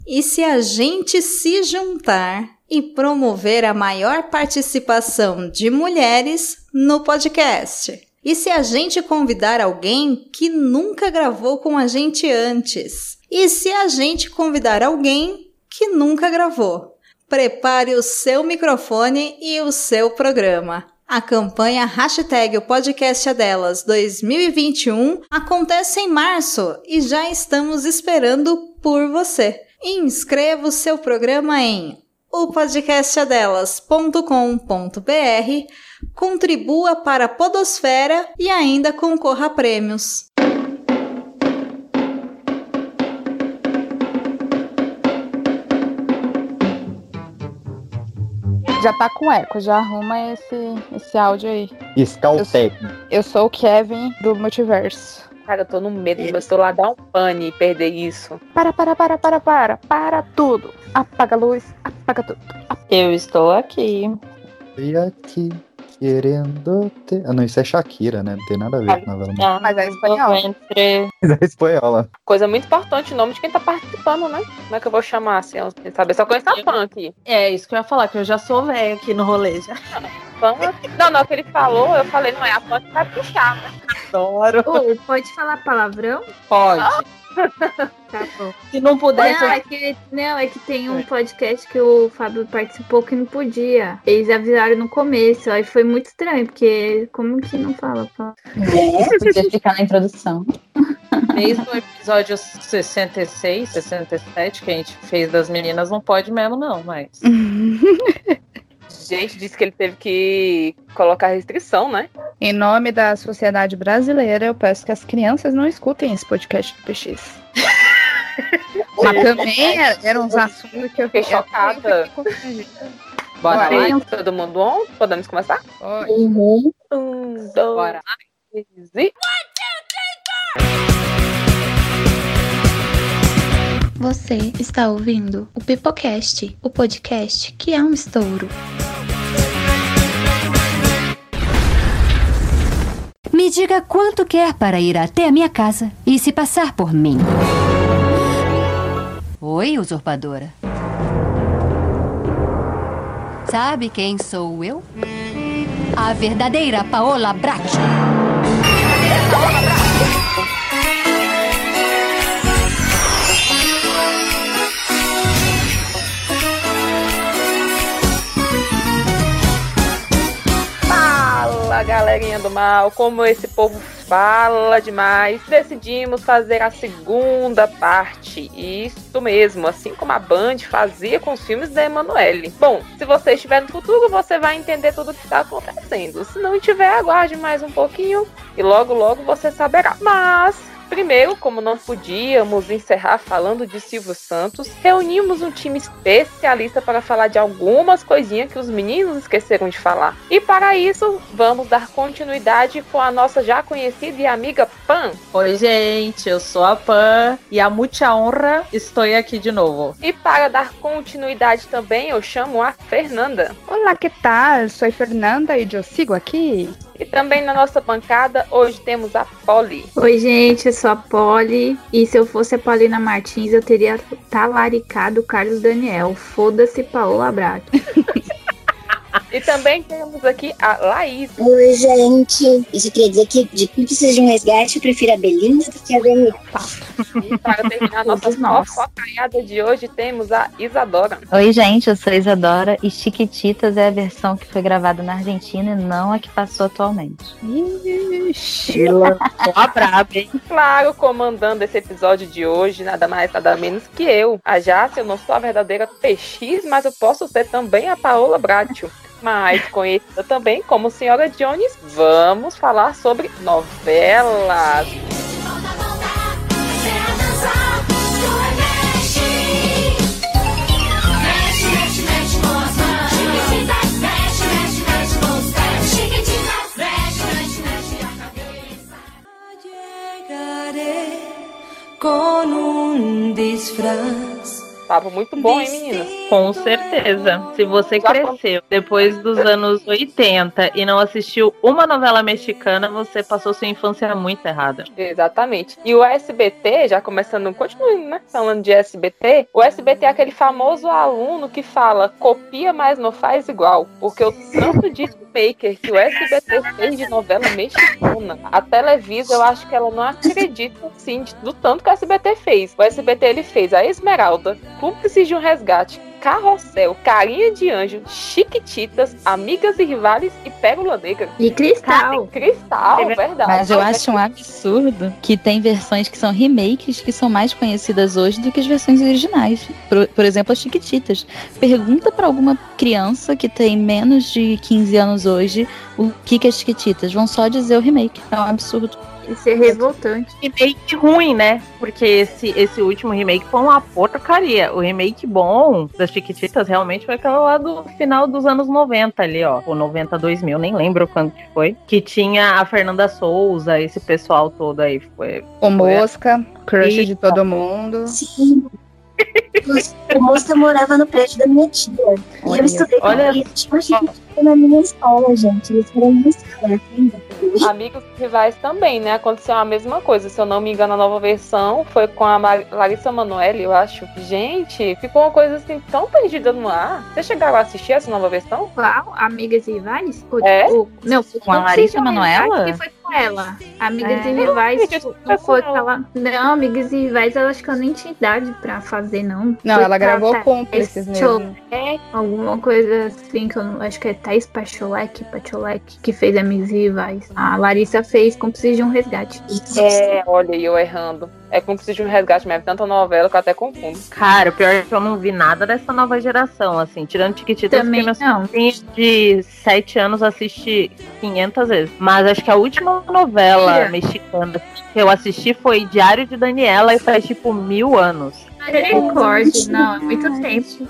E se a gente se juntar e promover a maior participação de mulheres no podcast? E se a gente convidar alguém que nunca gravou com a gente antes? E se a gente convidar alguém que nunca gravou? Prepare o seu microfone e o seu programa. A campanha Hashtag o Podcast é Delas 2021 acontece em março e já estamos esperando por você. Inscreva o seu programa em opodcastadelas.com.br, contribua para a podosfera e ainda concorra a prêmios. Já tá com eco, já arruma esse áudio aí. Técnico. Eu sou o Kevin do Multiverso. Cara, eu tô no medo do meu celular dar um pane e perder isso. Para tudo. Apaga a luz, apaga tudo. Eu estou aqui. E aqui, querendo ter... Ah, não, isso é Shakira, né? Não tem nada a ver com a novela. Mas é espanhol. Mas é espanhola. Coisa muito importante, o nome de quem tá participando, né? Como é que eu vou chamar, assim, sem saber? Só conheço a fã aqui. É, isso que eu ia falar, que eu já sou velha aqui no rolê já. Fã? Não, que ele falou, eu falei, não, é a fã que vai puxar, né? Adoro. Pode falar palavrão? Pode. Tá bom. Se não puder... É que tem um podcast que o Fábio participou que não podia. Eles avisaram no começo, aí foi muito estranho, porque como que não fala? Podia ficar na introdução. Desde o episódio 66, 67, que a gente fez das meninas, não pode mesmo não, mas... Gente, disse que ele teve que colocar restrição, né? Em nome da sociedade brasileira, eu peço que as crianças não escutem esse podcast do PX. Mas também eram uns assuntos que eu fiquei chocada. Bora lá, todo mundo on? Podemos começar? Pode. 1, 2, bora. E... Você está ouvindo o Pipocast, o podcast que é um estouro. Me diga quanto quer para ir até a minha casa e se passar por mim. Oi, usurpadora. Sabe quem sou eu? A verdadeira Paola Bracho. Fala, galerinha do mal, como esse povo fala demais, decidimos fazer a segunda parte. Isso mesmo, assim como a Band fazia com os filmes da Emanuele. Bom, se você estiver no futuro, você vai entender tudo o que está acontecendo. Se não estiver, aguarde mais um pouquinho e logo logo você saberá. Mas... primeiro, como não podíamos encerrar falando de Silvio Santos, reunimos um time especialista para falar de algumas coisinhas que os meninos esqueceram de falar. E para isso, vamos dar continuidade com a nossa já conhecida e amiga Pan. Oi, gente, eu sou a Pan e a muita honra estou aqui de novo. E para dar continuidade também, eu chamo a Fernanda. Olá, que tal? Sou a Fernanda e eu sigo aqui. E também na nossa bancada, hoje temos a Polly. Oi, gente, eu sou a Polly. E se eu fosse a Paulina Martins, eu teria talaricado o Carlos Daniel. Foda-se, Paola Bracho. E também temos aqui a Laís. Oi, gente. Isso quer dizer que de quem precisa de um resgate, eu prefiro a Belinda do que a Belinda. E para terminar nossa fofocaiada de hoje, temos a Isadora. Oi, gente, eu sou a Isadora e Chiquititas é a versão que foi gravada na Argentina e não a que passou atualmente. Sheila, a braba, hein? Claro, comandando esse episódio de hoje, nada mais, nada menos que eu. A Jácia, eu não sou a verdadeira PX, mas eu posso ser também a Paola Bracho. Mas conhecida também como Senhora Jones, vamos falar sobre novelas. Papo muito bom, hein, meninas? Com certeza. Se você cresceu depois dos anos 80 e não assistiu uma novela mexicana, você passou sua infância muito errada. Exatamente. E o SBT, já começando, continuando, né? Falando de SBT, o SBT é aquele famoso aluno que fala, copia, mas não faz igual. Porque o tanto de maker que o SBT fez de novela mexicana, a Televisa, eu acho que ela não acredita, assim, do tanto que o SBT fez. O SBT, ele fez a Esmeralda, Cúmplices de um Resgate, Carrossel, Carinha de Anjo, Chiquititas, Amigas e Rivais e Pérola Negra. E Cristal. Cristal, verdade. Mas eu acho um absurdo que tem versões que são remakes que são mais conhecidas hoje do que as versões originais. Por exemplo, as Chiquititas. Pergunta pra alguma criança que tem menos de 15 anos hoje o que é Chiquititas. Vão só dizer o remake. É um absurdo. Isso é revoltante. Remake ruim, né? Porque esse último remake foi uma porcaria. O remake bom das Chiquititas realmente foi aquele lá do final dos anos 90 ali, ó. O 90, 2000, nem lembro quando que foi. Que tinha a Fernanda Souza, esse pessoal todo aí. O Mosca, crush de todo mundo. Sim. O Mosca morava no prédio da minha tia. E eu estudei com ele. Tinha uma Chiquitita na minha escola, gente. Eles foram na escola. Amigos Rivais também, né? Aconteceu a mesma coisa. Se eu não me engano, a nova versão foi com a Larissa Manoeli, eu acho. Gente, ficou uma coisa assim tão perdida no ar. Vocês chegaram a assistir essa nova versão? Qual? Amigas e Rivais? Não, foi com a Larissa Manoela? Que foi com ela. Amigas e Rivais não foi com ela. Não, Amigas e Rivais, eu acho que eu nem tinha idade pra fazer, não. Não, foi ela gravou Cúmplices mesmo. Alguma coisa assim, que eu não acho que é Thaís Pacholek, que fez Amigas e Rivais. A Larissa fez Cúmplices de um Resgate. Olha, eu errando. É Cúmplices de um Resgate mesmo, tanta novela que eu até confundo. Cara, o pior é que eu não vi nada dessa nova geração, assim. Tirando Chiquititas, também porque meu sobrinho de 7 anos assiste 500 vezes. Mas acho que a última novela mexicana que eu assisti foi Diário de Daniela e faz tipo 1000 anos. Recorde, não, é muito tempo.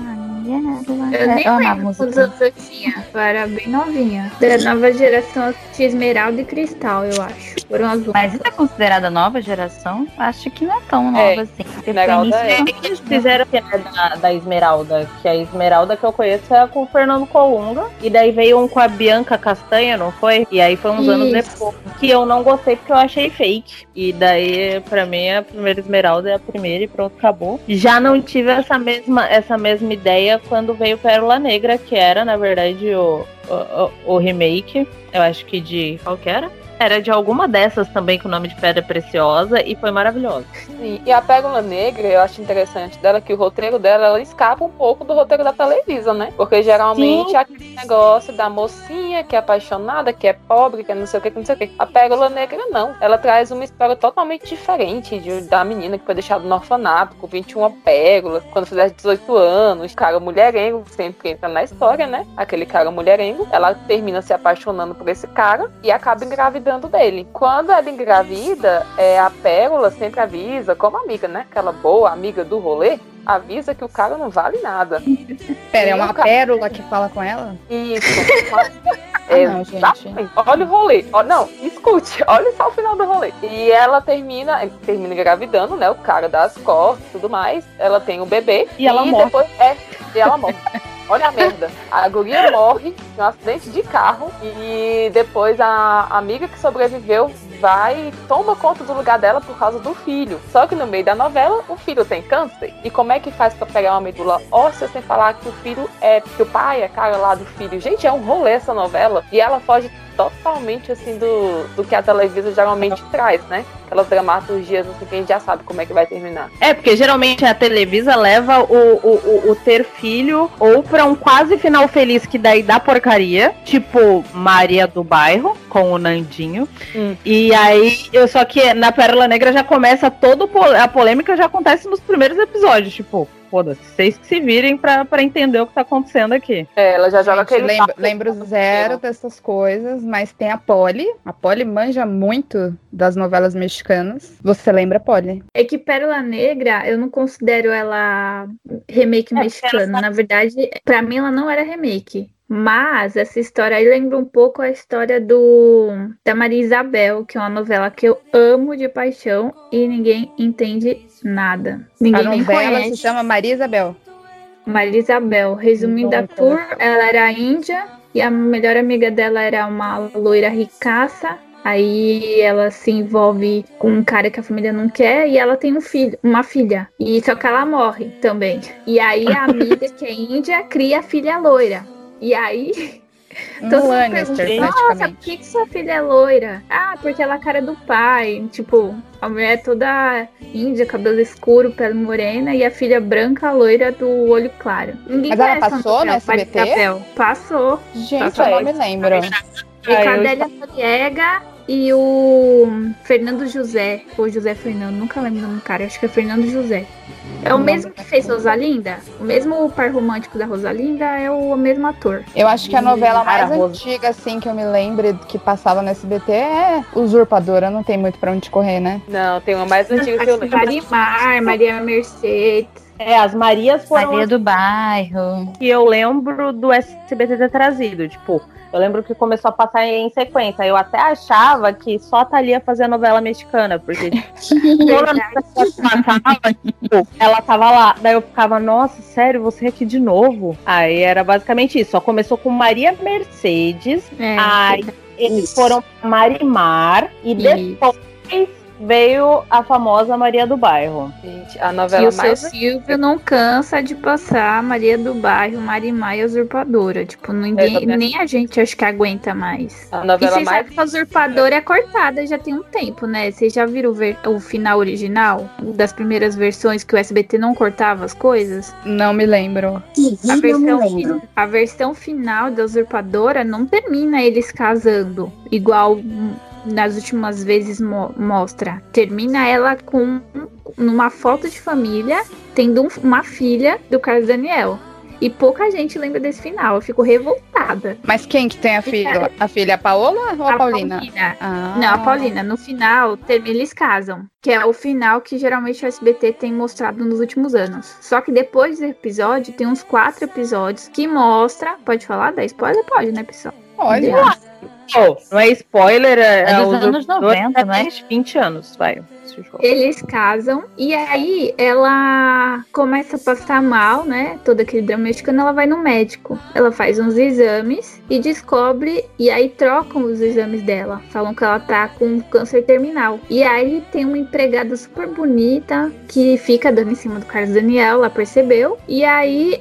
Eu nem lembro quantos anos eu tinha. Eu era bem novinha. Da nova geração, eu assisti Esmeralda e Cristal, eu acho. Foram as duas. Mas isso é considerada nova geração? Acho que não é tão nova assim. Esmeralda o que eles fizeram da Esmeralda? Que a Esmeralda que eu conheço é com o Fernando Colunga. E daí veio um com a Bianca Castanha, não foi? E aí foi uns anos depois. Que eu não gostei porque eu achei fake. E daí, pra mim, a primeira Esmeralda é a primeira e pronto, acabou. Já não tive essa mesma ideia quando veio Pérola Negra, que era, na verdade, o remake. Eu acho que de... Qual que era? Era de alguma dessas também com o nome de Pedra Preciosa e foi maravilhosa. Sim, e a Pérola Negra, eu acho interessante dela que o roteiro dela, ela escapa um pouco do roteiro da Televisa, né? Porque geralmente é aquele negócio da mocinha que é apaixonada, que é pobre, que é não sei o que, não sei o que. A Pérola Negra não. Ela traz uma história totalmente diferente da menina que foi deixada no orfanato com 21 pérolas, quando fizer 18 anos, cara mulherengo, sempre entra na história, né? Aquele cara mulherengo, ela termina se apaixonando por esse cara e acaba engravidando dele. Quando ela engravida, a Pérola sempre avisa, como amiga, né? Aquela boa amiga do rolê, avisa que o cara não vale nada. Pera, é uma pérola que fala com ela? Isso. Não, gente. Olha o rolê. Não, escute. Olha só o final do rolê. E ela termina engravidando, né? O cara dá as costas e tudo mais. Ela tem um bebê. E ela morre. Depois, e ela morre. Olha a merda. A guria morre em um acidente de carro e depois a amiga que sobreviveu vai e toma conta do lugar dela por causa do filho. Só que no meio da novela, o filho tem câncer. E como é que faz pra pegar uma medula óssea sem falar que o filho que o pai é cara lá do filho? Gente, é um rolê essa novela. E ela foge totalmente assim do que a Televisa geralmente traz, né? Aquelas dramaturgias assim que a gente já sabe como é que vai terminar. Porque geralmente a Televisa leva o ter filho ou pra um quase final feliz que daí dá porcaria, tipo Maria do Bairro com o Nandinho. E aí, só que na Pérola Negra já começa a polêmica já acontece nos primeiros episódios, tipo, foda-se, vocês que se virem pra entender o que tá acontecendo aqui. Ela já joga aquele... Lembro zero dessas coisas, mas tem a Polly. A Polly manja muito das novelas mexicanas. Você lembra, Polly? É que Pérola Negra, eu não considero ela remake mexicano. Na verdade, pra mim ela não era remake. Mas essa história aí lembra um pouco a história da Maria Isabel, que é uma novela que eu amo de paixão e ninguém entende nada. Ninguém a novela se chama Maria Isabel. Maria Isabel. Resumindo a tour, ela era índia e a melhor amiga dela era uma loira ricaça. Aí ela se envolve com um cara que a família não quer e ela tem uma filha. E só que ela morre também. E aí a amiga, que é índia, cria a filha loira. E aí todo mundo pergunta, nossa, por que sua filha é loira? Ah, porque ela é a cara do pai. Tipo, a mulher é toda índia, cabelo escuro, pele morena, e a filha branca, loira, do olho claro. Mas ela passou no SBT? Passou. Gente, eu não me lembro. E Cardélia Noriega e o Fernando José, ou José Fernando, nunca lembro o nome do cara, acho que é Fernando José. É o mesmo que fez Rosalinda? O mesmo par romântico da Rosalinda é o mesmo ator. Eu acho que a novela mais antiga, assim, que eu me lembro que passava no SBT é Usurpadora, não tem muito pra onde correr, né? Não, tem uma mais antiga que eu lembro. Marimar, Maria Mercedes. As Marias foram... Maria do Bairro. Que eu lembro do SBT ter trazido, tipo... Eu lembro que começou a passar em sequência. Eu até achava que só a Thalia fazia novela mexicana, porque toda passava, tipo, ela tava lá. Daí eu ficava, nossa, sério, você aqui de novo? Aí era basicamente isso. Só começou com Maria Mercedes, aí eles foram pra Marimar, e depois veio a famosa Maria do Bairro. Gente, a novela e o seu Silvio não cansa de passar Maria do Bairro, Marimar e a Usurpadora. Tipo, ninguém, nem a gente acho que aguenta mais. A novela e vocês sabem que a Usurpadora é cortada já tem um tempo, né? Vocês já viram o final original das primeiras versões que o SBT não cortava as coisas? Não me lembro. A versão final da Usurpadora não termina eles casando igual nas últimas vezes mostra. Termina ela com numa foto de família, tendo uma filha do Carlos Daniel. E pouca gente lembra desse final. Eu fico revoltada. Mas quem que tem a filha? A filha, a Paola ou a Paulina? Não, a Paulina. No final, eles casam. Que é o final que geralmente o SBT tem mostrado nos últimos anos. Só que depois do episódio, tem uns 4 episódios que mostra... Pode falar? Dá spoiler? Pode, né, pessoal? Pode. Não é spoiler, é dos anos 90, né? 20 anos, vai. Eles casam e aí ela começa a passar mal, né? Todo aquele drama mexicano, ela vai no médico. Ela faz uns exames e descobre, e aí trocam os exames dela. Falam que ela tá com câncer terminal. E aí tem uma empregada super bonita que fica dando em cima do Carlos Daniel, ela percebeu. E aí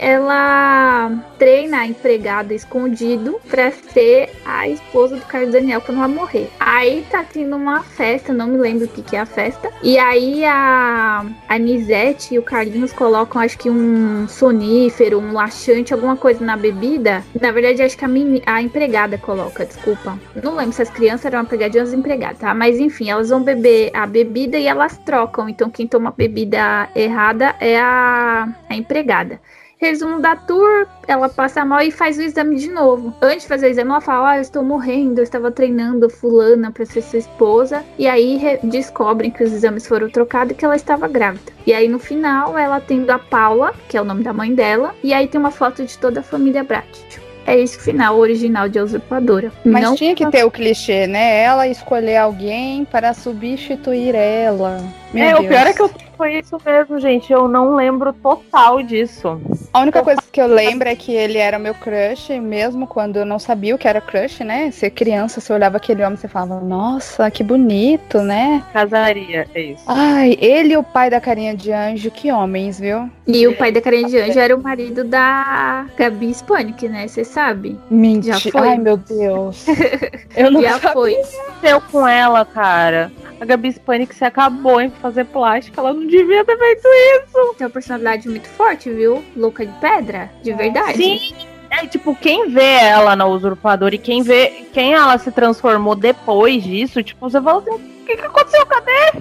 ela treina a empregada escondido pra ser a esposa do Carlos Daniel quando ela morrer. Aí tá tendo uma festa, não me lembro o que é a festa. E aí a Nizete e o Carlinhos colocam, acho que um sonífero, um laxante, alguma coisa na bebida. Na verdade, acho que a empregada coloca, desculpa. Não lembro se as crianças eram empregadas ou as empregadas, tá? Mas enfim, elas vão beber a bebida e elas trocam. Então quem toma a bebida errada é a empregada. Resumo da tour, ela passa mal e faz o exame de novo. Antes de fazer o exame, ela fala, eu estou morrendo, eu estava treinando fulana para ser sua esposa. E aí descobrem que os exames foram trocados e que ela estava grávida. E aí no final, ela tendo a Paula, que é o nome da mãe dela, e aí tem uma foto de toda a família Brat. É esse o final original de A Usurpadora. Mas não tinha que ter o clichê, né? Ela escolher alguém para substituir ela. Meu Deus. O pior é que foi isso mesmo, gente. Eu não lembro total disso. A única coisa que eu lembro é que ele era meu crush, mesmo quando eu não sabia o que era crush, né? Ser criança, você olhava aquele homem e você falava, nossa, que bonito, né? Casaria, é isso. Ai, ele e o pai da Carinha de Anjo, que homens, viu? E o pai da Carinha de Anjo era o marido da Gabi Spanik, né? Você sabe? Mentira. Já foi. Ai, meu Deus. Eu não já foi. O que aconteceu com ela, cara? A Gabi Spanik se acabou em fazer plástica, ela não devia ter feito isso. Tem uma personalidade muito forte, viu? Louca de pedra, de verdade. Sim, tipo, quem vê ela na Usurpadora e quem vê quem ela se transformou depois disso, tipo, você fala assim, o que aconteceu? Cadê?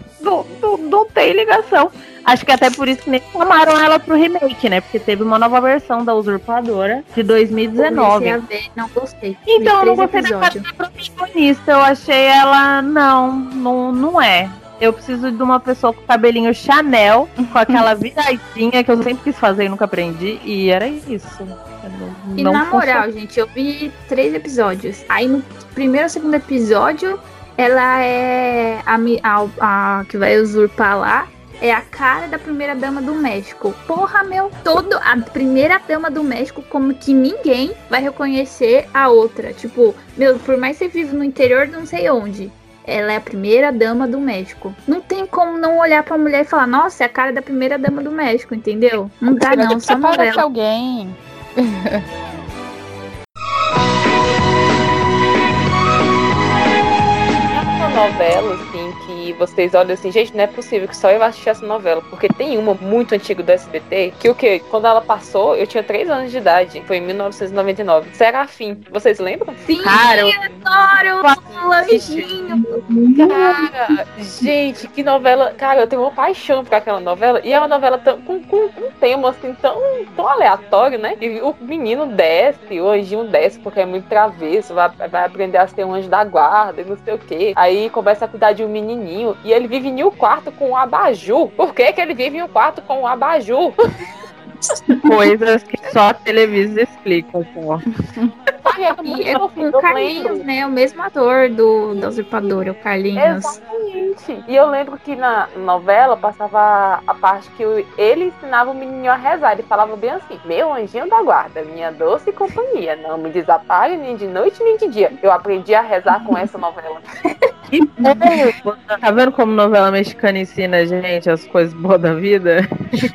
Não tem ligação. Acho que até por isso que nem chamaram ela pro remake, né? Porque teve uma nova versão da Usurpadora de 2019. Eu comecei a ver, não gostei. Então, eu não gostei da protagonista. Eu achei ela... Não é. Eu preciso de uma pessoa com cabelinho Chanel, com aquela viradinha que eu sempre quis fazer e nunca aprendi. E era isso. E na moral, gente, eu vi 3 episódios. Aí no primeiro ou segundo episódio, ela é a que vai usurpar lá. é a cara da primeira dama do México. Porra, meu, a primeira dama do México, como que ninguém vai reconhecer a outra. Tipo, meu, por mais que você vive no interior de não sei onde, ela é a primeira dama do México. Não tem como não olhar pra mulher e falar, nossa, é a cara da primeira dama do México, entendeu? Não dá não, só novela. Alguém. Novela, assim, que vocês olham assim, gente, não é possível que só eu assisti essa novela, porque tem uma muito antiga do SBT, que o quê? Quando ela passou, eu tinha 3 anos de idade, foi em 1999. Serafim, vocês lembram? Sim, cara, eu adoro o Lanjinho. Cara, gente, que novela, cara, eu tenho uma paixão por aquela novela, e é uma novela com um tema, assim, tão aleatório, né? E o menino desce, o anjinho desce, porque é muito travesso, vai aprender a ser um anjo da guarda, e não sei o quê. Aí começa a cuidar de um menininho e ele vive em um quarto com um abajur. Por que ele vive em um quarto com um abajur? Coisas que só a televisão explicam, pô. E é com o Carlinhos, né? O mesmo ator do Usurpador, o Carlinhos. Exatamente. E eu lembro que na novela passava a parte que ele ensinava o menininho a rezar. Ele falava bem assim: meu anjinho da guarda, minha doce companhia, não me desapague nem de noite nem de dia. Eu aprendi a rezar com essa novela. Que bom! Tá vendo como novela mexicana ensina a gente as coisas boas da vida?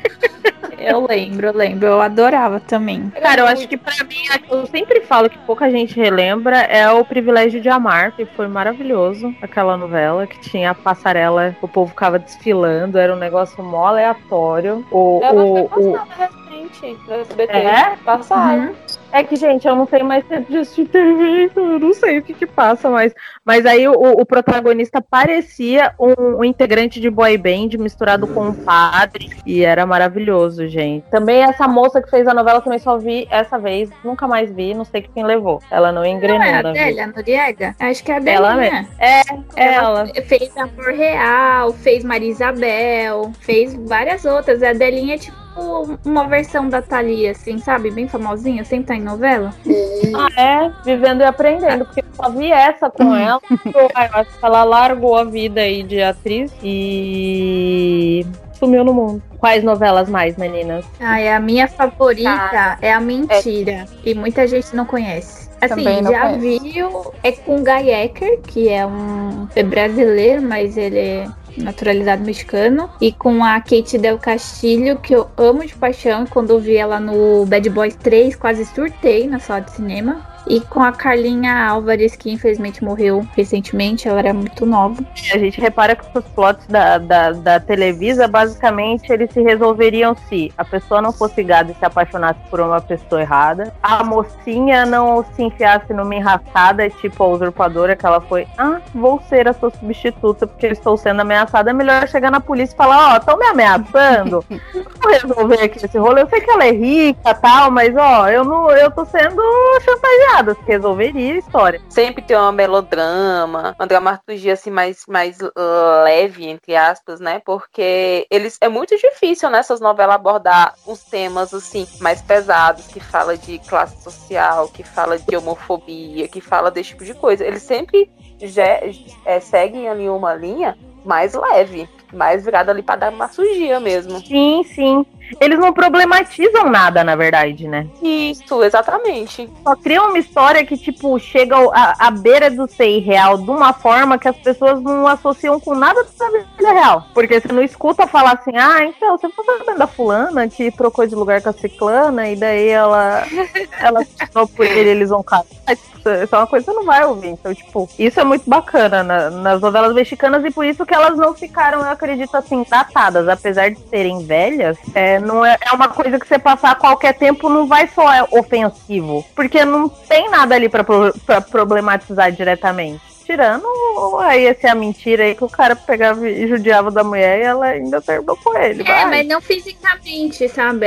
Eu lembro, eu adorava também. Cara, eu acho que pra mim, eu sempre falo que pouca gente relembra, é O Privilégio de Amar, que foi maravilhoso, aquela novela, que tinha a passarela, o povo ficava desfilando, era um negócio mó aleatório. Ela foi passada recente no SBT. Passaram. Uhum. É que, gente, eu não sei mais tempo de assistir TV, então eu não sei o que passa, mas aí o protagonista parecia um integrante de boy band misturado com um padre, e era maravilhoso, gente. Também essa moça que fez a novela também só vi essa vez, nunca mais vi, não sei quem levou. Ela não engrenou. Não é a Adélia, a Noriega? Acho que é a Adélia. Ela mesmo. Ela fez Amor Real, fez Maria Isabel, fez várias outras. A Adelinha é tipo uma versão da Thalia, assim, sabe? Bem famosinha, sempre tá em novela. Vivendo e aprendendo, porque eu só vi essa com ela. Eu acho que ela largou a vida aí de atriz e sumiu no mundo. Quais novelas mais, meninas? A minha favorita é A Mentira, e muita gente não conhece. Assim, já viu, é com Guy Ecker, que é brasileiro, mas ele é naturalizado mexicano, e com a Kate Del Castillo, que eu amo de paixão, e quando eu vi ela no Bad Boys 3, quase surtei na sala de cinema. E com a Carlinha Álvares, que infelizmente morreu recentemente, ela era muito nova. A gente repara que os plots da Televisa, basicamente, eles se resolveriam se a pessoa não fosse gada e se apaixonasse por uma pessoa errada, a mocinha não se enfiasse numa enrascada, tipo a usurpadora, que ela foi, vou ser a sua substituta porque eu estou sendo ameaçada. É melhor chegar na polícia e falar, estão me ameaçando, vou resolver aqui esse rolê. Eu sei que ela é rica e tal, mas eu tô sendo chantageada. Resolveria a história. Sempre tem uma melodrama, uma dramaturgia assim mais leve, entre aspas, né? Porque é muito difícil nessas novelas abordar uns temas assim mais pesados, que fala de classe social, que fala de homofobia, que fala desse tipo de coisa. Eles sempre seguem ali uma linha mais leve, mais virada ali pra dramaturgia mesmo. Sim, sim. Eles não problematizam nada, na verdade, né? Isso, exatamente. Só criam uma história que, tipo, chega à beira do ser irreal de uma forma que as pessoas não associam com nada da vida real. Porque você não escuta falar assim, então, você ficou sabendo da fulana que trocou de lugar com a ciclana e daí ela assinou por ele, eles vão casar. Isso é uma coisa que você não vai ouvir. Então, tipo, isso é muito bacana nas novelas mexicanas e por isso que elas não ficaram, eu acredito, assim, datadas. Apesar de serem velhas, não é uma coisa que você passar a qualquer tempo não vai soar ofensivo. Porque não tem nada ali pra problematizar diretamente. Tirando aí essa mentira aí que o cara pegava e judiava da mulher e ela ainda terminou com ele. Mas não fisicamente, sabe?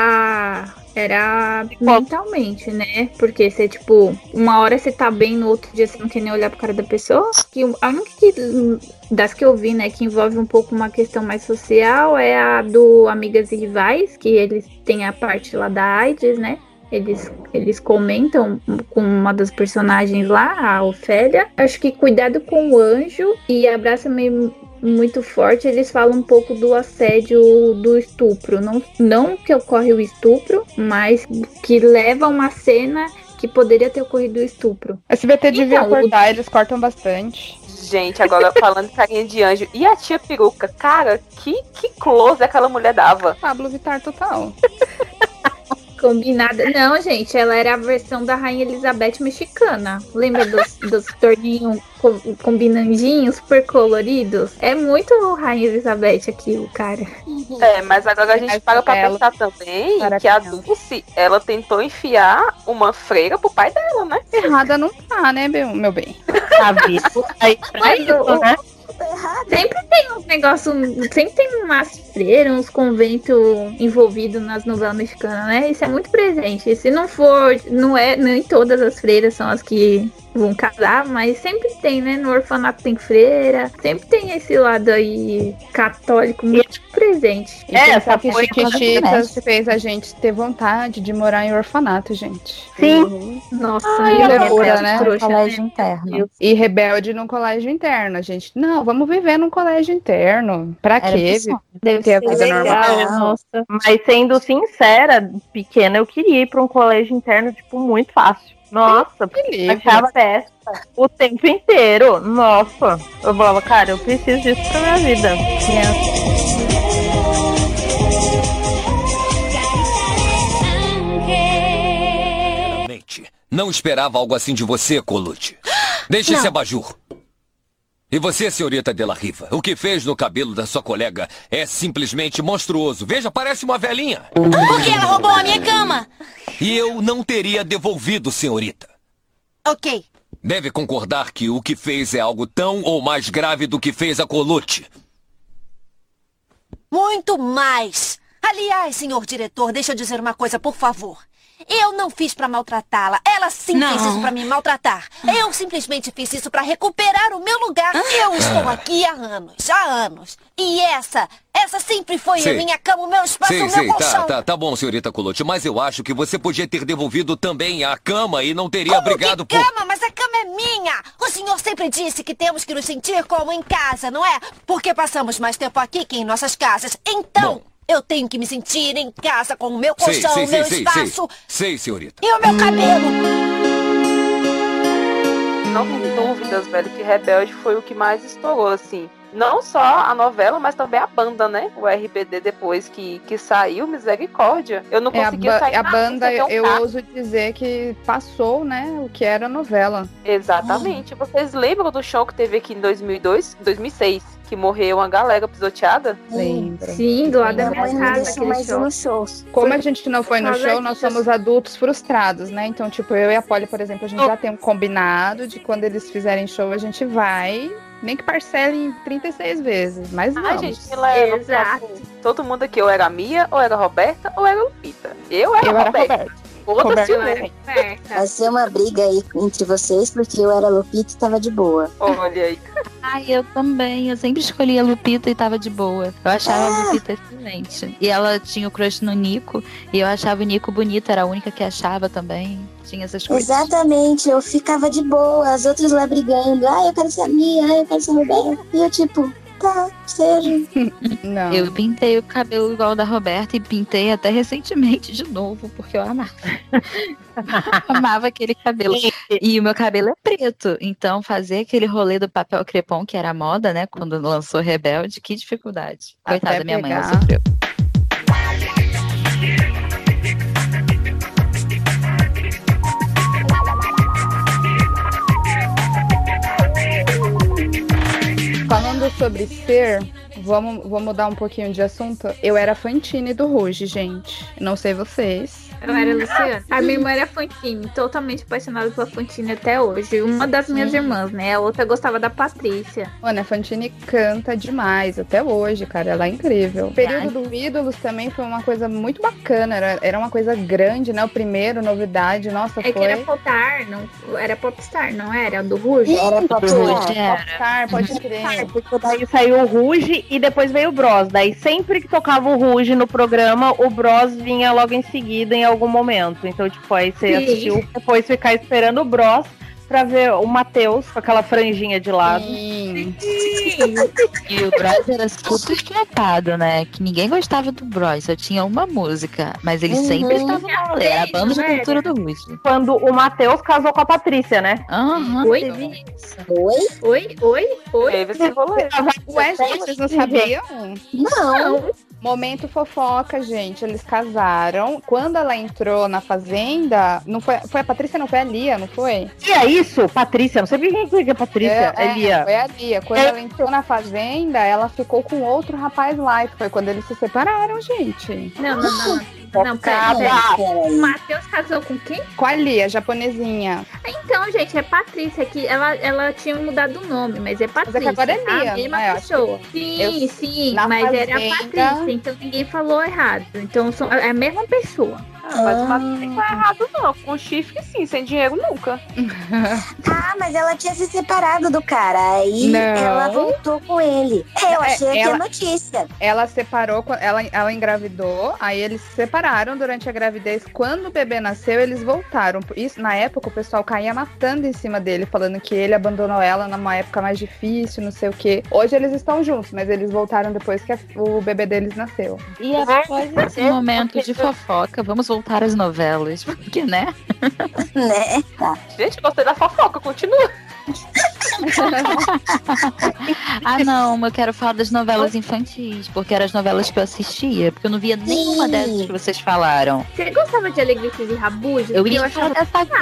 Era mentalmente, né? Porque você, tipo, uma hora você tá bem, no outro dia você não quer nem olhar pro cara da pessoa. A única das que eu vi, né, que envolve um pouco uma questão mais social é a do Amigas e Rivais, que eles têm a parte lá da AIDS, né? Eles comentam com uma das personagens lá, a Ofélia. Acho que Cuidado com o Anjo e Abraça-me muito forte, eles falam um pouco do assédio, do estupro. Não que ocorre o estupro, mas que leva a uma cena que poderia ter ocorrido o estupro. SBT devia cortar, eles cortam bastante. Gente, agora falando de Carinha de Anjo. E a tia Peruca? Cara, que close aquela mulher dava. Pablo Vittar total. Combinada. Não, gente, ela era a versão da Rainha Elizabeth mexicana. Lembra dos torninhos combinandinhos, super coloridos? É muito Rainha Elizabeth aquilo, cara. Mas agora a gente para pra pensar também que a Dulce, ela tentou enfiar uma freira pro pai dela, né? Errada não tá, né, meu bem? Aí, né? Sempre tem uns negócios, sempre tem umas freiras, uns conventos envolvidos nas novelas mexicanas, né? Isso é muito presente. E se não for, nem todas as freiras são as que vão casar, mas sempre tem, né? No orfanato tem freira, sempre tem esse lado aí católico muito presente. E essa Chiquititas fez a gente ter vontade de morar em orfanato, gente. Sim. Nossa, que loucura, né? Trouxa, colégio interno. E rebelde num colégio interno, a gente. Não, vamos viver num colégio interno. Pra quê? Deve ter a vida normal. Nossa. Mas sendo sincera, pequena, eu queria ir pra um colégio interno, tipo, muito fácil. Nossa, porque achava festa o tempo inteiro. Nossa, eu falava, cara, eu preciso disso pra minha vida. Não esperava algo assim de você, Colucci. Deixe esse abajur. E você, senhorita de la Riva, o que fez no cabelo da sua colega é simplesmente monstruoso. Veja, parece uma velhinha. Porque ela roubou a minha cama. E eu não teria devolvido, senhorita. Ok. Deve concordar que o que fez é algo tão ou mais grave do que fez a Colucci. Muito mais. Aliás, senhor diretor, deixa eu dizer uma coisa, por favor. Eu não fiz pra maltratá-la. Ela sim fez isso pra me maltratar. Eu simplesmente fiz isso pra recuperar o meu lugar. Eu estou aqui há anos. E essa sempre foi a minha cama, o meu espaço, o meu colchão. Tá bom, senhorita Colucci, mas eu acho que você podia ter devolvido também a cama e não teria brigado por... cama? Mas a cama é minha. O senhor sempre disse que temos que nos sentir como em casa, não é? Porque passamos mais tempo aqui que em nossas casas. Então... eu tenho que me sentir em casa com o meu colchão, o meu espaço. Sei, senhorita. E o meu cabelo. Não tem dúvidas, velho, que Rebelde foi o que mais estourou, assim. Não só a novela, mas também a banda, né? O RBD depois que saiu, misericórdia. Eu não conseguia sair. A banda, eu ouso dizer que passou, né? O que era a novela. Exatamente. Vocês lembram do show que teve aqui em 2006? Que morreu uma galera pisoteada? Lembro. Sim, do lado da minha casa. Como a gente não foi no show, nós somos adultos frustrados, né? Então, tipo, eu e a Polly, por exemplo, a gente já tem um combinado de quando eles fizerem show, a gente vai... Nem que parcelem 36 vezes, mas não. Gente, me leva. Exato. Todo mundo aqui, ou era a Mia, ou era a Roberta, ou era a Lupita. Eu era a Roberta. Vai ser uma briga aí entre vocês, porque eu era a Lupita e tava de boa. Olha aí. Ai, eu também. Eu sempre escolhi a Lupita e tava de boa. Eu achava a Lupita excelente. E ela tinha o crush no Nico. E eu achava o Nico bonito. Era a única que achava também. Tinha essas coisas. Exatamente. Eu ficava de boa. As outras lá brigando. Eu quero ser a Mia. Eu quero ser a Roberta. E eu tipo... tá, seja. Não. Eu pintei o cabelo igual o da Roberta e pintei até recentemente de novo, porque eu amava. Amava aquele cabelo. E o meu cabelo é preto, então fazer aquele rolê do papel crepom, que era a moda, né, quando lançou Rebelde, que dificuldade. Coitada da minha mãe, ela sofreu. Falando sobre ser, vamos mudar um pouquinho de assunto. Eu era Fantine do Ruge, gente. Não sei vocês. Eu era Luciana. A minha irmã era Fantine, totalmente apaixonada pela Fantine até hoje. Uma das minhas irmãs, né? A outra gostava da Patrícia. Mano, a Fantine canta demais, até hoje, cara. Ela é incrível. O período do Ídolos também foi uma coisa muito bacana. Era uma coisa grande, né? O primeiro, novidade, nossa, foi... que era Popstar, não era Popstar, não era? Do Ruge? Era Popstar. Popstar, pode crer. Porque daí saiu o Ruge e depois veio o Bros. Daí sempre que tocava o Ruge no programa, o Bros vinha logo em seguida em algum momento. Então, tipo, aí você assistiu, depois ficar esperando o Bros pra ver o Matheus com aquela franjinha de lado. Sim. E o Bros era super flopado, né? Que ninguém gostava do Bros, só tinha uma música. Mas ele sempre estava na rolê, era a banda de cultura do Russo. Quando o Matheus casou com a Patrícia, né? Oi? Teve esse rolê. Ué, gente, vocês não sabiam? Não. Momento fofoca, gente. Eles casaram. Quando ela entrou na Fazenda, não foi a Patrícia, não foi a Lia, não foi? E é isso, Patrícia. Não sei quem é Patrícia. É Lia. Foi a Lia. Quando ela entrou na Fazenda, ela ficou com outro rapaz lá. Que foi quando eles se separaram, gente. Não, pera. O Matheus casou com quem? Com a Lia, japonesinha. Então, gente, é Patrícia, que ela tinha mudado o nome, mas é Patrícia. Mas é que agora é Lia, a mesma né? pessoa. Sim, mas Fazenda... era a Patrícia, então ninguém falou errado. Então é a mesma pessoa. Mas o Matheus não tá errado, não. Com chifre, sim. Sem dinheiro, nunca. Mas ela tinha se separado do cara. Aí ela voltou com ele. Eu achei aqui a notícia. Ela separou, ela engravidou, aí eles se separaram durante a gravidez. Quando o bebê nasceu, eles voltaram. Isso, na época, o pessoal caía matando em cima dele, falando que ele abandonou ela numa época mais difícil, não sei o quê. Hoje eles estão juntos, mas eles voltaram depois que o bebê deles nasceu. E após esse momento de fofoca, vamos voltar às novelas, porque, né? Né? Tá. Gente, gostei da fofoca, continua. Não, eu quero falar das novelas infantis, porque eram as novelas que eu assistia, porque eu não via nenhuma dessas que vocês falaram. Você gostava de Alegrifes e Rabujos? Eu ia falar dessa aqui.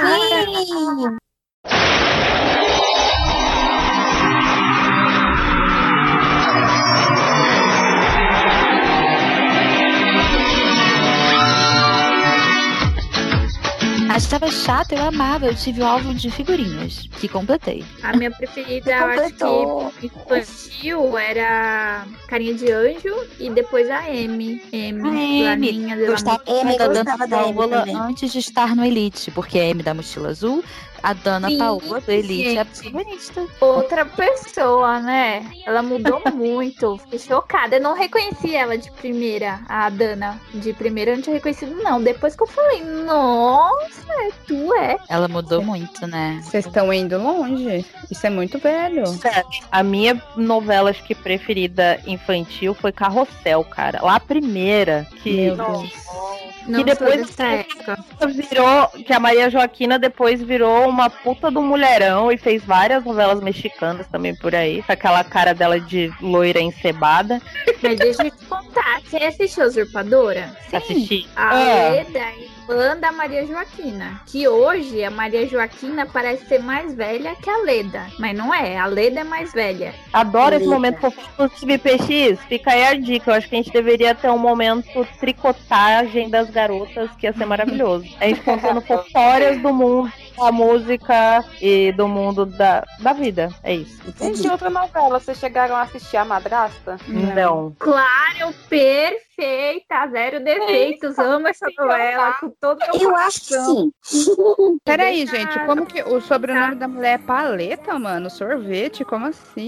Achava chato, eu amava. Eu tive o álbum de figurinhas, que completei. A minha preferida, eu acho que infantil era Carinha de Anjo e depois a M. Laninha de Gostava da Dana Paola antes de estar no Elite, porque a M da Mochila Azul, a Dana Paola do Elite é a protagonista. Outra pessoa, né? Ela mudou muito. Fiquei chocada. Eu não reconheci ela de primeira, a Dana. De primeira eu não tinha reconhecido, não. Depois que eu falei, nossa, tu é. Ela mudou muito, né? Vocês estão indo longe. Isso é muito velho. A minha novela, acho que preferida infantil foi Carrossel, cara. Lá a primeira. Que depois virou, que a Maria Joaquina depois virou uma puta do mulherão e fez várias novelas mexicanas também por aí, com aquela cara dela de loira encebada. Mas deixa eu te contar, você assistiu Usurpadora? Sim. Assisti. A Leda é irmã da Maria Joaquina, que hoje a Maria Joaquina parece ser mais velha que a Leda, mas não é, a Leda é mais velha. Adoro esse momento fofinho. PX, fica aí a dica, eu acho que a gente deveria ter um momento tricotagem das garotas, que ia ser maravilhoso. A gente contando histórias do mundo, da música e do mundo da vida. É isso. Gente, outra novela, vocês chegaram a assistir A Madrasta? Não. Claro, perfeita, zero defeitos, amo essa novela com todo o meu Eu acho que sim. Peraí, gente, como que o sobrenome da mulher é Paleta, mano? Sorvete? Como assim?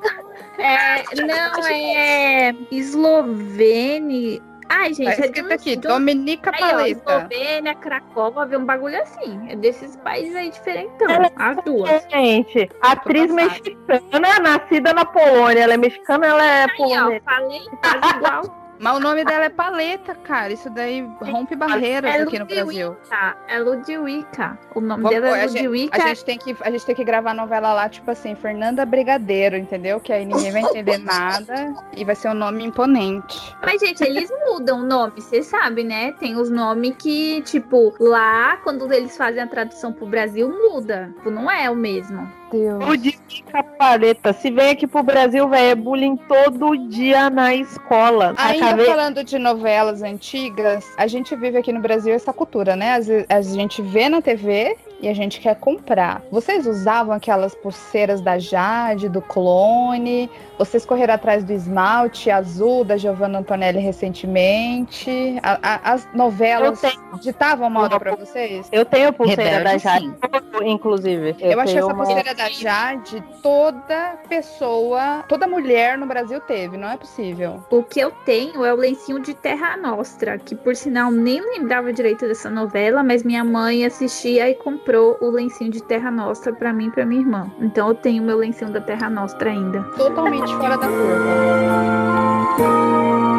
Não, é eslovene. Ai, gente, tá escrito aqui, Dominica Paleta. Eslovênia, Cracóvia, um bagulho assim. É desses países aí diferentão. As duas. Gente, atriz mexicana, nascida na Polônia. Ela é mexicana, ela é polonesa. Falei quase igual. Mas o nome dela é Paleta, cara. Isso daí rompe barreiras aqui no Brasil. É Ludwika. O nome dela é Ludwika. A gente tem que gravar a novela lá, tipo assim, Fernanda Brigadeiro, entendeu? Que aí ninguém vai entender nada e vai ser um nome imponente. Mas, gente, eles mudam o nome, você sabe, né? Tem os nomes que, tipo, lá, quando eles fazem a tradução pro Brasil, muda. Tipo, não é o mesmo. Ludwika Paleta. Se vem aqui pro Brasil, velho, é bullying todo dia na escola. Ainda falando de novelas antigas, a gente vive aqui no Brasil essa cultura, né? A gente vê na TV e a gente quer comprar. Vocês usavam aquelas pulseiras da Jade, do Clone? Vocês correram atrás do esmalte azul da Giovanna Antonelli recentemente? As novelas ditavam moda pra vocês? Eu tenho a pulseira da Jade, inclusive. Eu acho que essa pulseira da Jade, toda pessoa, toda mulher no Brasil teve, não é possível. O que eu tenho é o lencinho de Terra Nostra, que por sinal nem lembrava direito dessa novela, mas minha mãe assistia e comprava. comprou o lencinho de Terra Nostra pra mim e pra minha irmã. Então eu tenho meu lencinho da Terra Nostra ainda. Totalmente fora da curva.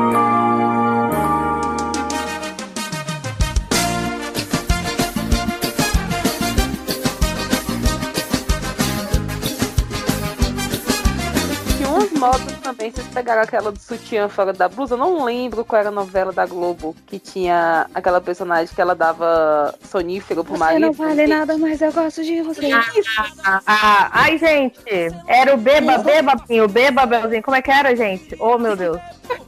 Modas também, vocês pegaram aquela do sutiã fora da blusa, eu não lembro qual era a novela da Globo que tinha aquela personagem que ela dava sonífero pro marido. Você não vale nada, mas eu gosto de você. Ai, gente, era o Bebabelzinho, como é que era, gente? Oh, meu Deus.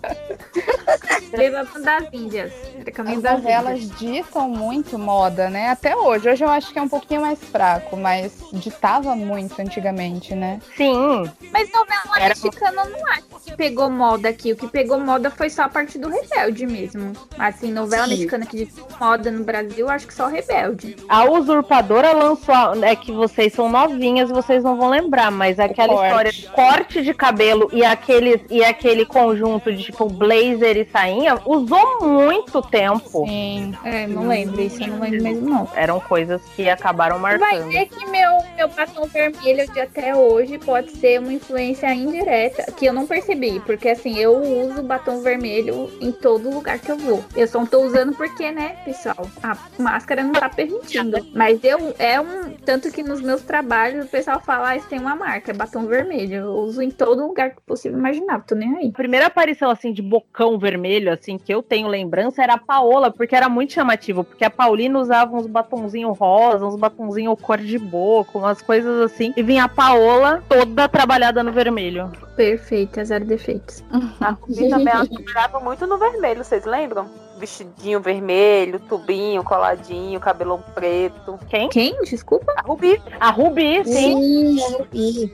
Bebabão das Índias. As novelas ditam muito moda, né? Até hoje. Hoje eu acho que é um pouquinho mais fraco, mas ditava muito antigamente, né? Sim. Mas novela mexicana eu não acho que pegou moda aqui. O que pegou moda foi só a parte do Rebelde mesmo. Assim, novela mexicana que ditou moda no Brasil, acho que só Rebelde. A Usurpadora lançou, é que vocês são novinhas, vocês não vão lembrar, mas aquela história de corte de cabelo e aquele conjunto de tipo blazer e sainha usou muito tempo. Sim. Não lembro isso, eu não lembro mesmo não. Eram coisas que acabaram marcando. Vai ver que meu batom vermelho de até hoje pode ser uma influência indireta, que eu não percebi, porque assim, eu uso batom vermelho em todo lugar que eu vou. Eu só não tô usando porque, né, pessoal, a máscara não tá permitindo. Mas tanto que nos meus trabalhos o pessoal fala, isso tem uma marca, é batom vermelho. Eu uso em todo lugar que possível imaginar, tô nem aí. A primeira aparição, assim, de bocão vermelho, assim, que eu tenho lembrança era a Paola, porque era muito chamativo, porque a Paulina usava uns batonzinhos rosa, uns batonzinhos cor de boca, umas coisas assim, e vinha a Paola toda trabalhada no vermelho. Perfeita, zero defeitos. A Rubi também adorava muito no vermelho, vocês lembram? Vestidinho vermelho, tubinho, coladinho, cabelão preto. Quem? Desculpa? A Rubi. A Rubi, sim. A Rubi.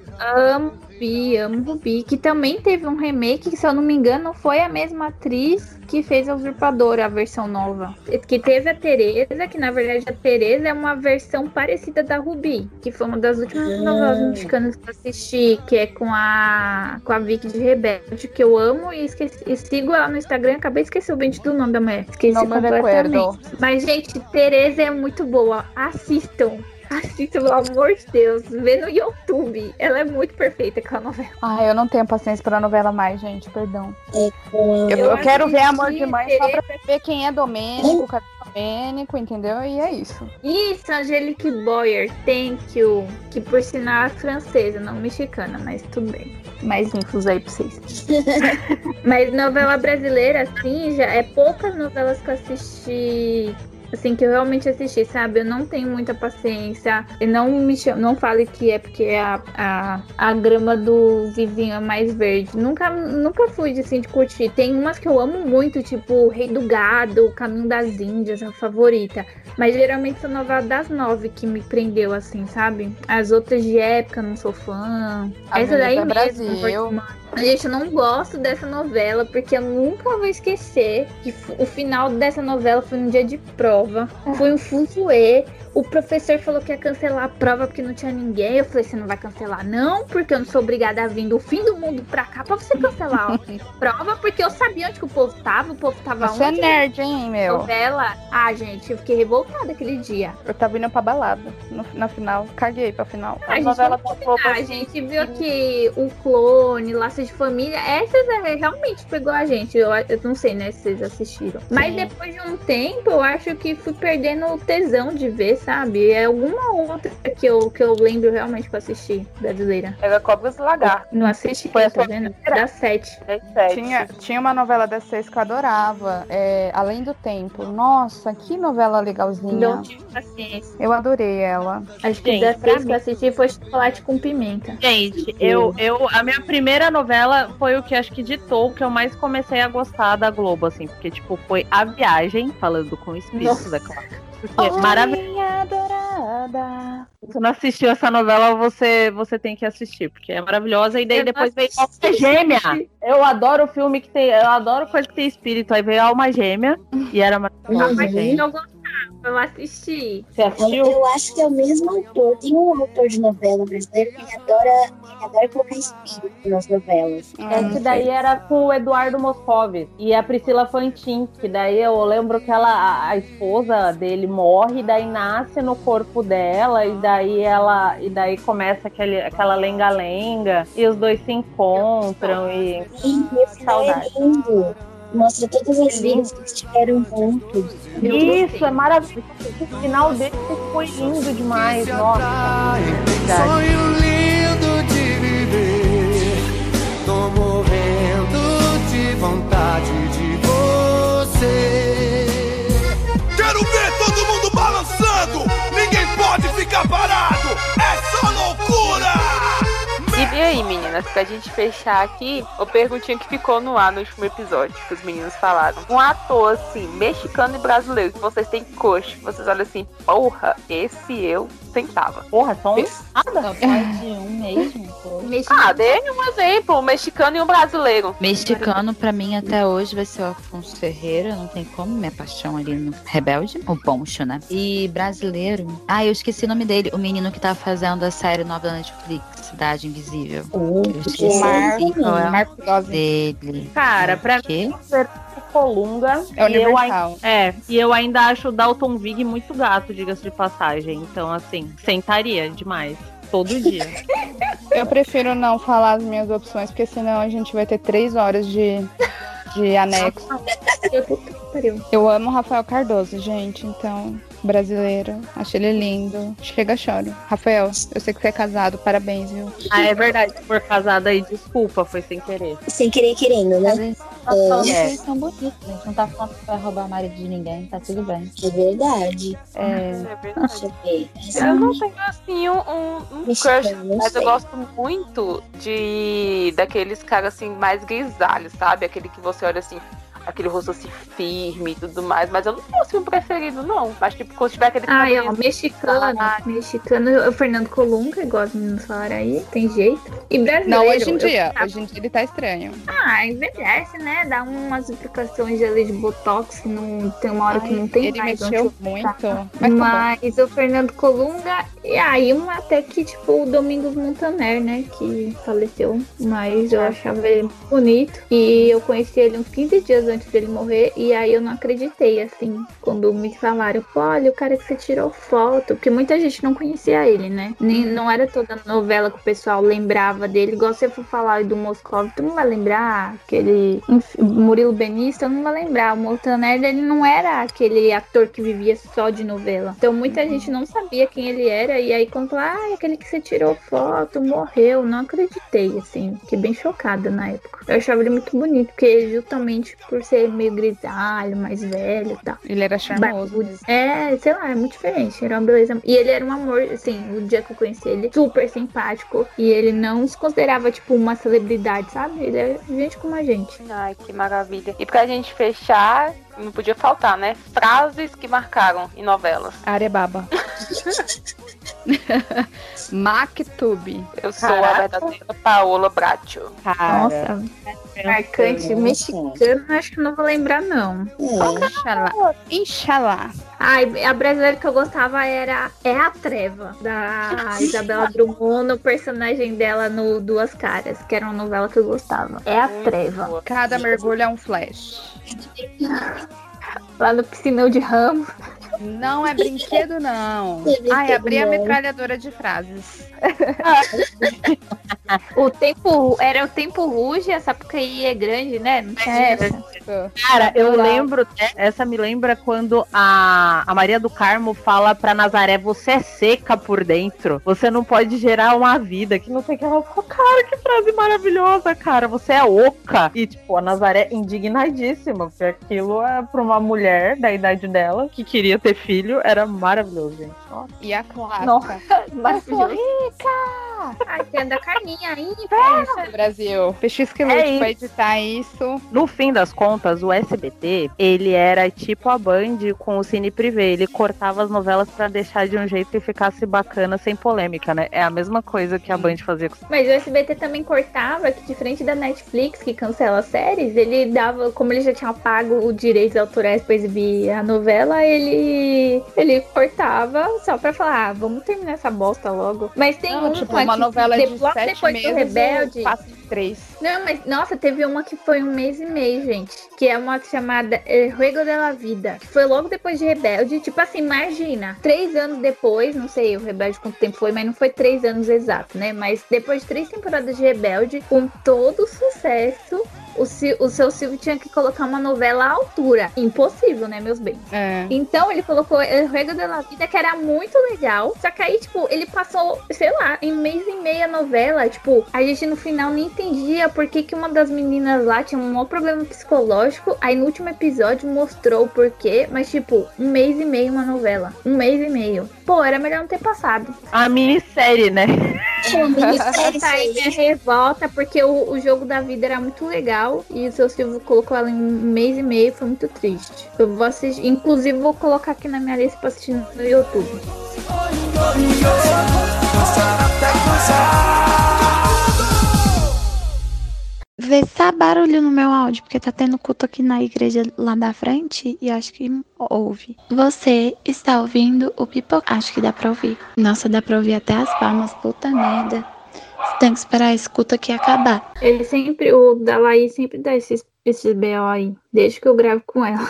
Amo Rubi, que também teve um remake, que se eu não me engano foi a mesma atriz que fez a Usurpadora, a versão nova. Que teve a Tereza, que na verdade a Tereza é uma versão parecida da Rubi, que foi uma das últimas novelas mexicanas que eu assisti, que é com a Vicky de Rebelde, que eu amo e sigo ela no Instagram, acabei de esquecer o bem do nome da mulher. Esqueci completamente. Mas, gente, Tereza é muito boa. Assistam, pelo amor de Deus. Vê no YouTube. Ela é muito perfeita, aquela novela. Eu não tenho paciência pra novela mais, gente. Perdão. Eu quero ver Amor de Mãe só pra ver quem é Domênico, cadê Domênico, entendeu? E é isso. Isso, Angelique Boyer. Thank you. Que por sinal é francesa, não mexicana, mas tudo bem. Mais infos aí pra vocês. Mas novela brasileira, assim, já é poucas novelas que eu assisti, assim, que eu realmente assisti, sabe? Eu não tenho muita paciência. Eu não fale que é porque a grama do vizinho é mais verde. Nunca fui, assim, de curtir. Tem umas que eu amo muito, tipo O Rei do Gado, O Caminho das Índias, a favorita. Mas geralmente são novelas das 9 que me prendeu, assim, sabe? As outras de época, não sou fã. Essa daí mesmo, Brasil. Gente, eu não gosto dessa novela, porque eu nunca vou esquecer que o final dessa novela foi um dia de prova. Foi um fuzuê. O professor falou que ia cancelar a prova porque não tinha ninguém. Eu falei, você não vai cancelar não, porque eu não sou obrigada a vir do fim do mundo pra cá pra você cancelar a prova, porque eu sabia onde que o povo tava Você onde. É nerd, hein, meu? Novela. gente, eu fiquei revoltada aquele dia. Eu tava indo pra balada na final, caguei pra final. A gente viu que o Clone, Laços de Família, essas realmente pegou a gente. Eu não sei, né, se vocês assistiram. Sim. Mas depois de um tempo, eu acho que fui perdendo o tesão de ver, sabe? É alguma outra que eu lembro realmente pra assistir, brasileira. Era Cobras e Lagartos. Não assisti, tá vendo? Da 7. Tinha uma novela das 6 que eu adorava, Além do Tempo. Nossa, que novela legalzinha. Não tive paciência. Eu adorei ela. Acho que das 6 que eu assisti foi Chocolate com Pimenta. Gente, a minha primeira novela foi o que acho que ditou que eu mais comecei a gostar da Globo, assim, porque, tipo, foi A Viagem, falando com espíritos, é claro. Porque adorada. Se você não assistiu essa novela, você tem que assistir, porque é maravilhosa. E daí depois veio Alma Gêmea. Eu adoro filme eu adoro coisa que tem espírito. Aí veio Alma Gêmea e era maravilhosa. Eu gostava. Eu assisti. Você assistiu? Eu acho que é o mesmo autor. Tem um autor de novela brasileiro que ele adora colocar espírito nas novelas. Esse daí era com o Eduardo Moscovis e a Priscila Fantin, que daí eu lembro que a esposa dele morre, daí nasce no corpo dela, e daí começa aquela lenga-lenga, e os dois se encontram e Esse saudade. É lindo. Mostra todas as vezes que estiveram juntos. Isso, é maravilhoso. O final dele foi lindo demais. Nossa. Sonho lindo de viver. Tô morrendo de vontade de você. Quero ver todo mundo balançando. Ninguém pode ficar parado. É só loucura. E aí, meninas, pra gente fechar aqui, a perguntinha que ficou no ar no último episódio, que os meninos falaram. Um ator, assim, mexicano e brasileiro, que vocês têm crush, vocês olham assim, porra, esse eu sentava. Porra, só nada. De um mesmo. Dê um exemplo, um mexicano e um brasileiro. Mexicano, pra mim, até hoje, vai ser o Afonso Ferreira, não tem como, minha paixão ali no Rebelde, o Poncho, né? E brasileiro, eu esqueci o nome dele, o menino que tá fazendo a série nova da Netflix, Cidade Invisível. Eu esqueci Marco dele. Cara, pra mim, o Colunga. É universal. E eu ainda acho o Dalton Vig muito gato, diga-se de passagem. Então, assim, sentaria demais. Todo dia. Eu prefiro não falar as minhas opções, porque senão a gente vai ter 3 horas de anexo. Eu amo Rafael Cardoso, gente, então, brasileiro. Acho ele lindo. Chega, choro. Rafael, eu sei que você é casado, parabéns, viu? É verdade, se for casado aí, desculpa, foi sem querer. Sem querer querendo, né? Eles são bonitos, gente. Não tá falando que vai roubar o marido de ninguém, tá tudo bem. É verdade. Deixa eu ver. Eu não tenho, assim, um crush, mas eu gosto muito daqueles caras, assim, mais grisalhos, sabe? Aquele que você olha, assim, aquele rosto assim firme e tudo mais, mas eu não tenho assim um preferido, não. Mas tipo, quando tiver aquele mexicano, o Fernando Colunga, igual os meninos falaram aí, tem jeito. E brasileiro. Não, hoje em dia ele tá estranho. Envelhece, né? Dá umas aplicações ali de botox, que não tem uma hora que não tem ele mais. Mexeu muito. Mas o Fernando Colunga, e aí até que, tipo, o Domingos Montaner, né? Que faleceu. Mas eu achava ele muito bonito. E eu conheci ele uns 15 dias antes dele morrer, e aí eu não acreditei, assim, quando me falaram, pô, olha, o cara que você tirou foto, porque muita gente não conhecia ele, né? Não era toda novela que o pessoal lembrava dele, igual você for falar do Moscov, tu não vai lembrar, aquele Murilo Benício, tu não vai lembrar, o Montaner, ele não era aquele ator que vivia só de novela, então muita gente não sabia quem ele era, e aí quando falou, aquele que você tirou foto, morreu, não acreditei, assim, fiquei bem chocada na época. Eu achava ele muito bonito, porque justamente por ser meio grisalho, mais velho e tal. Ele era charmoso. Sei lá, é muito diferente. Era uma beleza. E ele era um amor, assim, o dia que eu conheci ele, super simpático. E ele não se considerava, tipo, uma celebridade, sabe? Ele é gente como a gente. Ai, que maravilha. E pra gente fechar, não podia faltar, né? Frases que marcaram em novelas. Arebaba. Mactube. Eu sou a verdadeira Paola Bracho. Nossa, marcante mexicano, acho que não vou lembrar, não. Inxalá. A brasileira que eu gostava é a Treva, da Isabela Drummond, o personagem dela no Duas Caras, que era uma novela que eu gostava. É a Treva. Cada mergulho é um flash. Lá no Piscinão de Ramos. Não é brinquedo, não. Abri a metralhadora de frases. Era o tempo ruge, essa época aí é grande, né? Não tinha essa. Cara, eu lembro, essa me lembra quando a Maria do Carmo fala pra Nazaré, você é seca por dentro, você não pode gerar uma vida, que não sei o que. Ela falou, cara, que frase maravilhosa, cara, você é oca. E tipo, a Nazaré indignadíssima, porque aquilo é pra uma mulher da idade dela, que queria ter filho, era maravilhoso, gente. E a clássica. Nossa, maravilhoso. Eu sou rica! Ai, tem da carninha aí, isso, Brasil. Peixe Esquilute pra editar isso. No fim das contas, o SBT, ele era tipo a Band com o Cine Privé. Ele cortava as novelas pra deixar de um jeito que ficasse bacana, sem polêmica, né? É a mesma coisa que a Band fazia com... Mas o SBT também cortava, que diferente da Netflix, que cancela as séries, ele dava, como ele já tinha pago os direitos autorais pra exibir a novela, ele cortava só pra falar, vamos terminar essa bosta logo. Mas tem uma novela de 7 depois meses, do Rebelde, passa de 3. Não, mas, nossa, teve uma que foi 1 mês e meio, gente. Que é uma chamada Juego de la Vida. Que foi logo depois de Rebelde. Tipo assim, imagina. 3 anos depois, não sei o Rebelde quanto tempo foi, mas não foi 3 anos exato, né? Mas depois de 3 temporadas de Rebelde, com todo o sucesso, o seu Silvio tinha que colocar uma novela à altura. Impossível, né, meus bens? Então ele colocou Juego de la Vida, que era muito legal. Só que aí, tipo, ele passou, sei lá, em 1 mês e meio a novela. Tipo, a gente no final nem entendia por que uma das meninas lá tinha um maior problema psicológico. Aí no último episódio mostrou o porquê. Mas, tipo, 1 mês e meio uma novela. 1 mês e meio. Pô, era melhor não ter passado. A minissérie, né? Essa aí é revolta, porque o jogo da vida era muito legal. E o seu Silvio colocou ela em 1 mês e meio. Foi muito triste. Eu vou assistir. Inclusive, vou colocar aqui na minha lista pra assistir no YouTube. Vê se tá barulho no meu áudio, porque tá tendo culto aqui na igreja lá da frente e acho que ouve. Você está ouvindo o Pipoca. Acho que dá pra ouvir. Nossa, dá pra ouvir até as palmas, puta merda. Você tem que esperar a escuta aqui acabar. Ele sempre, o Dalai sempre dá esses BO aí, desde que eu gravo com ela.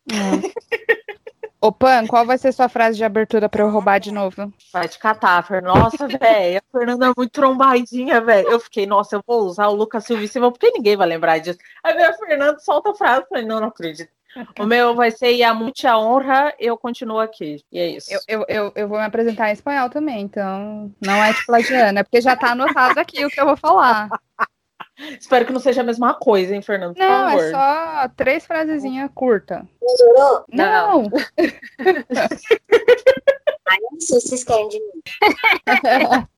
Ô, Pan, qual vai ser sua frase de abertura pra eu roubar de novo? Vai te catar, Fernanda. Nossa, velho, a Fernanda é muito trombadinha, velho. Eu fiquei, nossa, eu vou usar o Lucas Silva e Silva, porque ninguém vai lembrar disso. Aí a Fernanda solta a frase, eu falei, não acredito. O meu vai ser "e a muita honra, eu continuo aqui". E é isso. Eu vou me apresentar em espanhol também, então não é de plagiana, é porque já tá anotado aqui o que eu vou falar. Espero que não seja a mesma coisa, hein, Fernando? Por não, favor. É só 3 frasezinhas curtas. Não. Ai, não sei se vocês querem de mim.